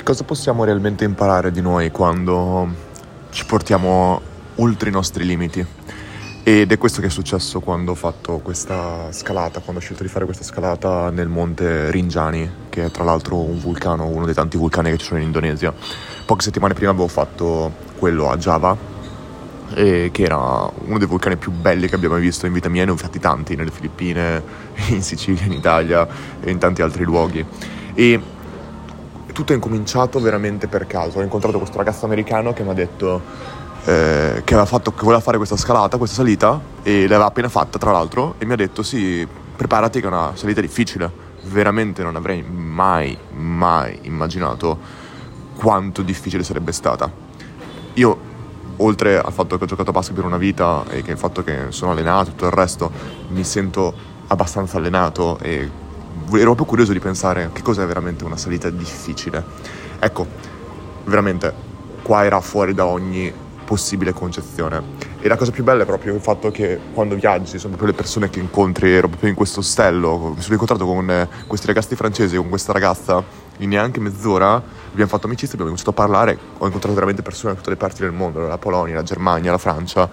Cosa possiamo realmente imparare di noi quando ci portiamo oltre i nostri limiti? Ed è questo che è successo quando ho fatto questa scalata, quando ho scelto di fare questa scalata nel monte Rinjani, che è tra l'altro un vulcano, uno dei tanti vulcani che ci sono in Indonesia. Poche settimane prima avevo fatto quello a Java, che era uno dei vulcani più belli che abbiamo mai visto in vita mia. Ne ho fatti tanti nelle Filippine, in Sicilia, in Italia e in tanti altri luoghi. E tutto è incominciato veramente per caso. Ho incontrato questo ragazzo americano che mi ha detto che voleva fare questa scalata, questa salita, e l'aveva appena fatta tra l'altro, e mi ha detto sì, preparati che è una salita difficile. Veramente non avrei mai immaginato quanto difficile sarebbe stata. Io, oltre al fatto che ho giocato a basket per una vita e che il fatto che sono allenato e tutto il resto, mi sento abbastanza allenato e ero proprio curioso di pensare che cos'è veramente una salita difficile. Ecco, veramente qua era fuori da ogni possibile concezione. E la cosa più bella è proprio il fatto che quando viaggi sono proprio le persone che incontri. Ero proprio in questo ostello, mi sono incontrato con questi ragazzi francesi, con questa ragazza, in neanche mezz'ora abbiamo fatto amicizia, abbiamo iniziato a parlare. Ho incontrato veramente persone da tutte le parti del mondo, la Polonia, la Germania, la Francia,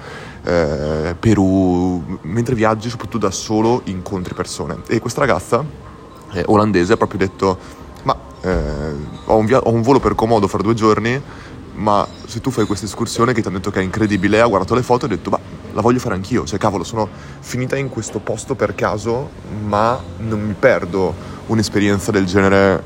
Perù. Mentre viaggi, soprattutto da solo, incontri persone. E questa ragazza olandese ha proprio detto: ma ho un volo per Komodo fra 2 giorni, ma se tu fai questa escursione che ti hanno detto che è incredibile, ha guardato le foto e ha detto: ma la voglio fare anch'io. Cioè, cavolo, sono finita in questo posto per caso, ma non mi perdo un'esperienza del genere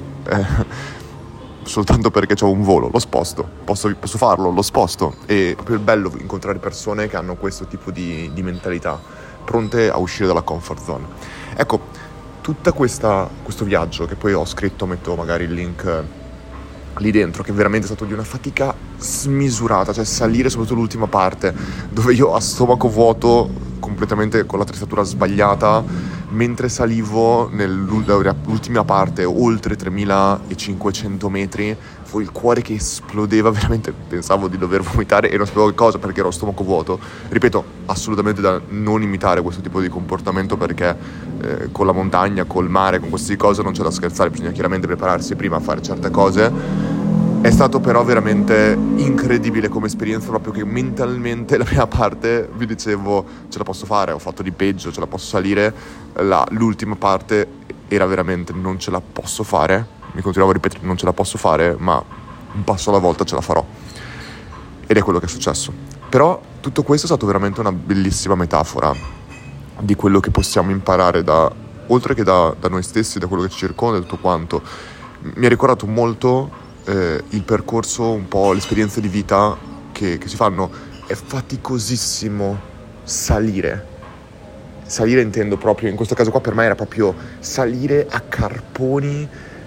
soltanto perché c'ho un volo. Lo sposto, posso farlo, lo sposto. E proprio il bello incontrare persone che hanno questo tipo di mentalità, pronte a uscire dalla comfort zone. Ecco, tutta questo viaggio, che poi ho scritto, metto magari il link lì dentro, che veramente è stato di una fatica smisurata. Cioè, salire soprattutto l'ultima parte, dove io a stomaco vuoto, completamente con l'attrezzatura sbagliata, mentre salivo nell'ultima parte, oltre 3500 metri, fu il cuore che esplodeva, veramente pensavo di dover vomitare e non sapevo che cosa, perché ero a stomaco vuoto. Ripeto, assolutamente da non imitare questo tipo di comportamento, perché con la montagna, col mare, con queste cose non c'è da scherzare, bisogna chiaramente prepararsi prima a fare certe cose. È stato però veramente incredibile come esperienza, proprio che mentalmente la prima parte vi dicevo ce la posso fare, ho fatto di peggio, ce la posso salire. L'ultima parte era veramente non ce la posso fare, mi continuavo a ripetere non ce la posso fare, ma un passo alla volta ce la farò. Ed è quello che è successo. Però tutto questo è stato veramente una bellissima metafora di quello che possiamo imparare oltre che da noi stessi, da quello che ci circonda e tutto quanto. Mi ha ricordato molto il percorso, un po' l'esperienza di vita che si fanno. È faticosissimo salire intendo proprio, in questo caso qua per me era proprio salire a carponi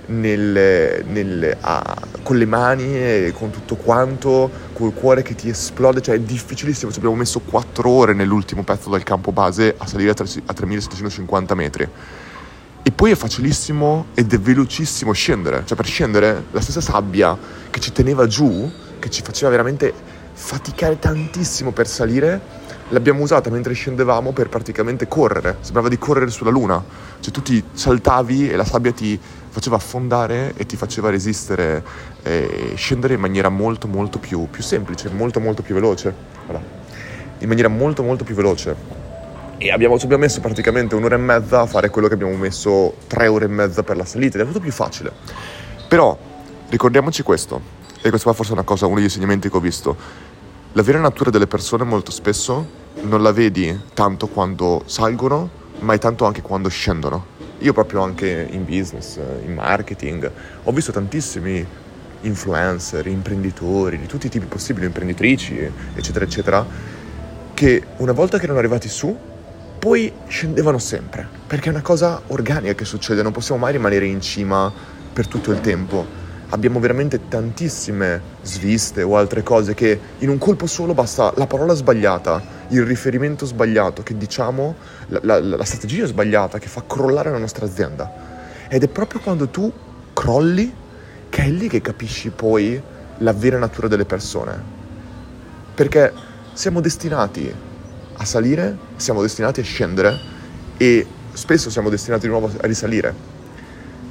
con le mani e con tutto quanto, col cuore che ti esplode. Cioè è difficilissimo. Ci abbiamo messo 4 ore nell'ultimo pezzo del campo base a salire a 3750 metri. E poi è facilissimo ed è velocissimo scendere. Cioè, per scendere, la stessa sabbia che ci teneva giù, che ci faceva veramente faticare tantissimo per salire, l'abbiamo usata mentre scendevamo per praticamente correre. Sembrava di correre sulla luna. Cioè, tu ti saltavi e la sabbia ti faceva affondare e ti faceva resistere e scendere in maniera molto molto più semplice, molto molto più veloce. Voilà. In maniera molto molto più veloce. E ci abbiamo messo praticamente 1 ora e mezza a fare quello che abbiamo messo 3 ore e mezza per la salita, ed è tutto più facile. Però ricordiamoci questo, e questo qua forse è uno degli insegnamenti che ho visto: la vera natura delle persone molto spesso non la vedi tanto quando salgono, ma è tanto anche quando scendono. Io proprio anche in business, in marketing, ho visto tantissimi influencer, imprenditori, di tutti i tipi possibili, imprenditrici, eccetera eccetera, che una volta che erano arrivati su, poi scendevano sempre, perché è una cosa organica che succede. Non possiamo mai rimanere in cima per tutto il tempo. Abbiamo veramente tantissime sviste o altre cose che in un colpo solo basta la parola sbagliata, il riferimento sbagliato che diciamo, la strategia sbagliata che fa crollare la nostra azienda. Ed è proprio quando tu crolli che è lì che capisci poi la vera natura delle persone. Perché siamo destinati a salire, siamo destinati a scendere e spesso siamo destinati di nuovo a risalire.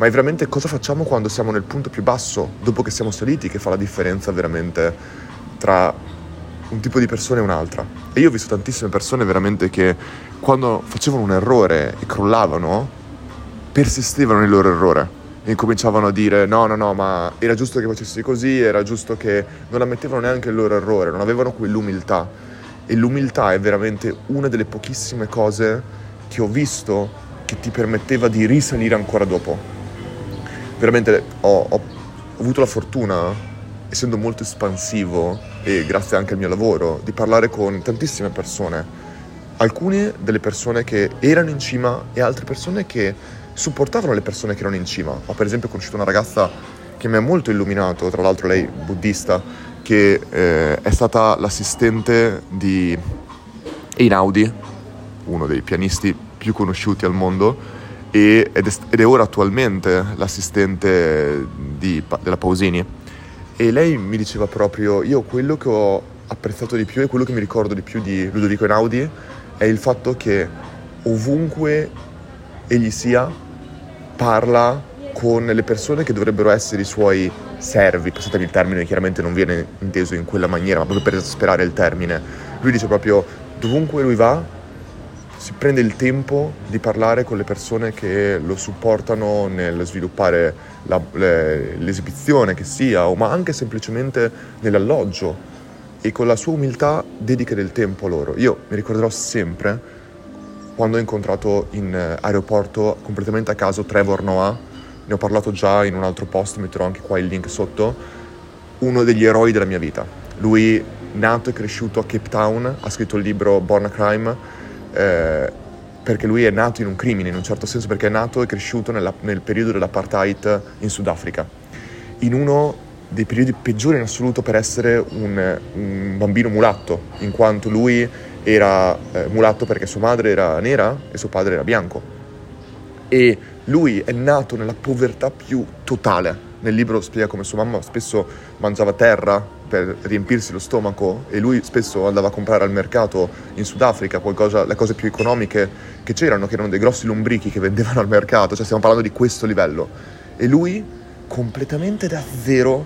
ma è veramente cosa facciamo quando siamo nel punto più basso, dopo che siamo saliti, che fa la differenza veramente tra un tipo di persona e un'altra. E io ho visto tantissime persone veramente che quando facevano un errore e crollavano, persistevano nel loro errore e cominciavano a dire no, ma era giusto che facessi così, era giusto che... non ammettevano neanche il loro errore, non avevano quell'umiltà. E l'umiltà è veramente una delle pochissime cose che ho visto che ti permetteva di risalire ancora dopo. Veramente ho avuto la fortuna, essendo molto espansivo e grazie anche al mio lavoro, di parlare con tantissime persone. Alcune delle persone che erano in cima e altre persone che supportavano le persone che erano in cima. Ho per esempio conosciuto una ragazza che mi ha molto illuminato, tra l'altro lei buddista, che è stata l'assistente di Einaudi, uno dei pianisti più conosciuti al mondo, ed è ora attualmente l'assistente della Pausini. E lei mi diceva proprio, io quello che ho apprezzato di più e quello che mi ricordo di più di Ludovico Einaudi è il fatto che ovunque egli sia parla con le persone che dovrebbero essere i suoi servi, passatemi il termine, chiaramente non viene inteso in quella maniera, ma proprio per esasperare il termine. Lui dice proprio, dovunque lui va, si prende il tempo di parlare con le persone che lo supportano nel sviluppare l'esibizione che sia, ma anche semplicemente nell'alloggio, e con la sua umiltà dedica del tempo a loro. Io mi ricorderò sempre quando ho incontrato in aeroporto completamente a caso Trevor Noah, ne ho parlato già in un altro post, metterò anche qua il link sotto, uno degli eroi della mia vita. Lui, nato e cresciuto a Cape Town, ha scritto il libro Born a Crime, perché lui è nato in un crimine, in un certo senso, perché è nato e cresciuto nel periodo dell'apartheid in Sudafrica, in uno dei periodi peggiori in assoluto per essere un bambino mulatto, in quanto lui era mulatto perché sua madre era nera e suo padre era bianco, e lui è nato nella povertà più totale. Nel libro spiega come sua mamma spesso mangiava terra per riempirsi lo stomaco, e lui spesso andava a comprare al mercato in Sudafrica le cose più economiche che c'erano, che erano dei grossi lombrichi che vendevano al mercato, cioè stiamo parlando di questo livello. E lui completamente da zero,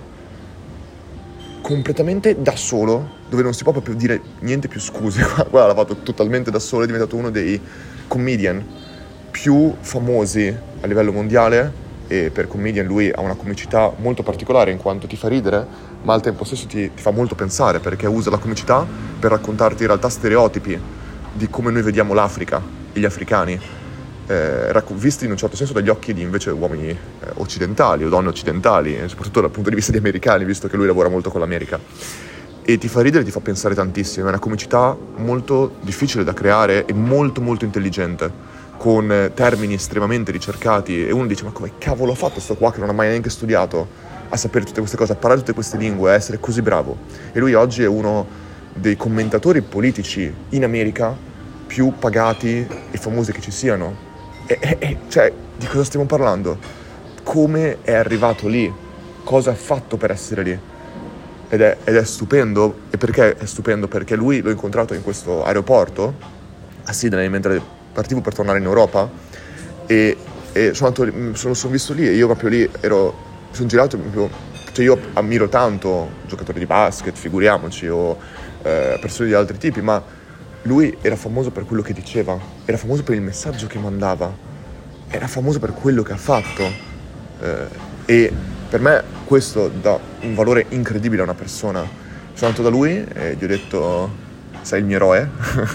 completamente da solo, dove non si può proprio dire niente più scuse, guarda, l'ha fatto totalmente da solo, è diventato uno dei comedian più famosi a livello mondiale. E per comedian lui ha una comicità molto particolare, in quanto ti fa ridere, ma al tempo stesso ti fa molto pensare, perché usa la comicità per raccontarti in realtà stereotipi di come noi vediamo l'Africa e gli africani, visti in un certo senso dagli occhi di invece uomini occidentali o donne occidentali, soprattutto dal punto di vista di americani, visto che lui lavora molto con l'America. E ti fa ridere e ti fa pensare tantissimo. È una comicità molto difficile da creare e molto molto intelligente, con termini estremamente ricercati, e uno dice, ma come cavolo ha fatto sto qua che non ha mai neanche studiato a sapere tutte queste cose, a parlare tutte queste lingue, a essere così bravo? E lui oggi è uno dei commentatori politici in America più pagati e famosi che ci siano. Cioè, di cosa stiamo parlando? Come è arrivato lì? Cosa ha fatto per essere lì? Ed è stupendo. E perché è stupendo? Perché lui l'ho incontrato in questo aeroporto a Sydney mentre partivo per tornare in Europa, e sono visto lì, e io proprio lì sono girato proprio, cioè io ammiro tanto giocatori di basket, figuriamoci, o persone di altri tipi, ma lui era famoso per quello che diceva, era famoso per il messaggio che mandava, era famoso per quello che ha fatto, e per me questo dà un valore incredibile a una persona. Sono andato da lui e gli ho detto, sei il mio eroe,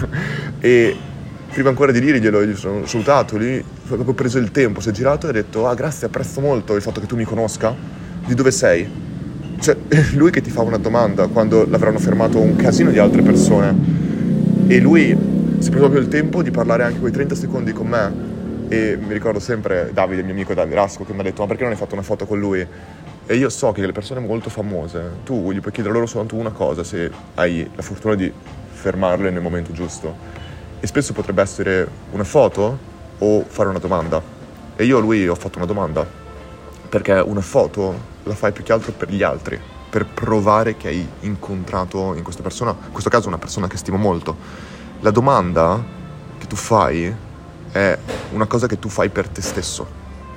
e prima ancora di dire gli sono salutato, lui ha proprio preso il tempo, si è girato e ha detto, grazie, apprezzo molto il fatto che tu mi conosca, di dove sei? Cioè, lui che ti fa una domanda quando l'avranno fermato un casino di altre persone, e lui si è preso proprio il tempo di parlare anche quei 30 secondi con me. E mi ricordo sempre Davide, il mio amico Davide Rasco, che mi ha detto, ma perché non hai fatto una foto con lui? E io so che le persone molto famose, tu gli puoi chiedere loro soltanto una cosa, se hai la fortuna di fermarle nel momento giusto. E spesso potrebbe essere una foto o fare una domanda. E io a lui ho fatto una domanda, perché una foto la fai più che altro per gli altri, per provare che hai incontrato in questa persona, in questo caso una persona che stimo molto. La domanda che tu fai è una cosa che tu fai per te stesso.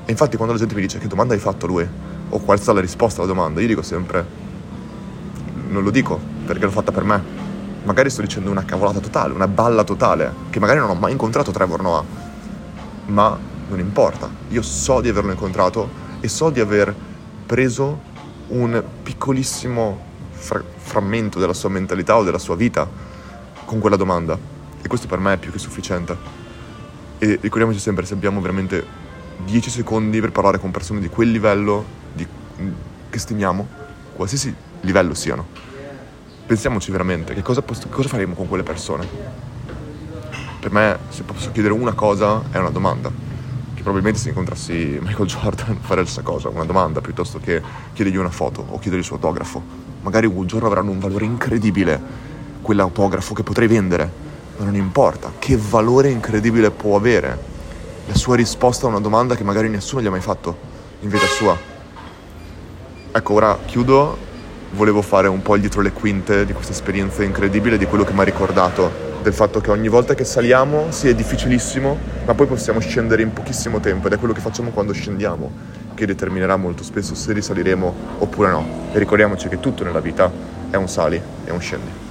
E infatti quando la gente mi dice che domanda hai fatto a lui o qual è stata la risposta alla domanda, io dico sempre non lo dico perché l'ho fatta per me. Magari sto dicendo una cavolata totale, una balla totale, che magari non ho mai incontrato Trevor Noah, ma non importa, io so di averlo incontrato e so di aver preso un piccolissimo frammento della sua mentalità o della sua vita con quella domanda, e questo per me è più che sufficiente. E ricordiamoci sempre, se abbiamo veramente 10 secondi per parlare con persone di quel livello che stimiamo, qualsiasi livello siano, pensiamoci veramente che cosa faremo con quelle persone. Per me, se posso chiedere una cosa, è una domanda, che probabilmente se incontrassi Michael Jordan farei la stessa cosa, una domanda piuttosto che chiedergli una foto o chiedergli il suo autografo. Magari un giorno avranno un valore incredibile quell'autografo che potrei vendere, ma non importa, che valore incredibile può avere la sua risposta a una domanda che magari nessuno gli ha mai fatto in vita sua. Ecco, ora chiudo, volevo fare un po' il dietro le quinte di questa esperienza incredibile, di quello che mi ha ricordato, del fatto che ogni volta che saliamo sì è difficilissimo, ma poi possiamo scendere in pochissimo tempo, ed è quello che facciamo quando scendiamo che determinerà molto spesso se risaliremo oppure no. E ricordiamoci che tutto nella vita è un sali e un scendi.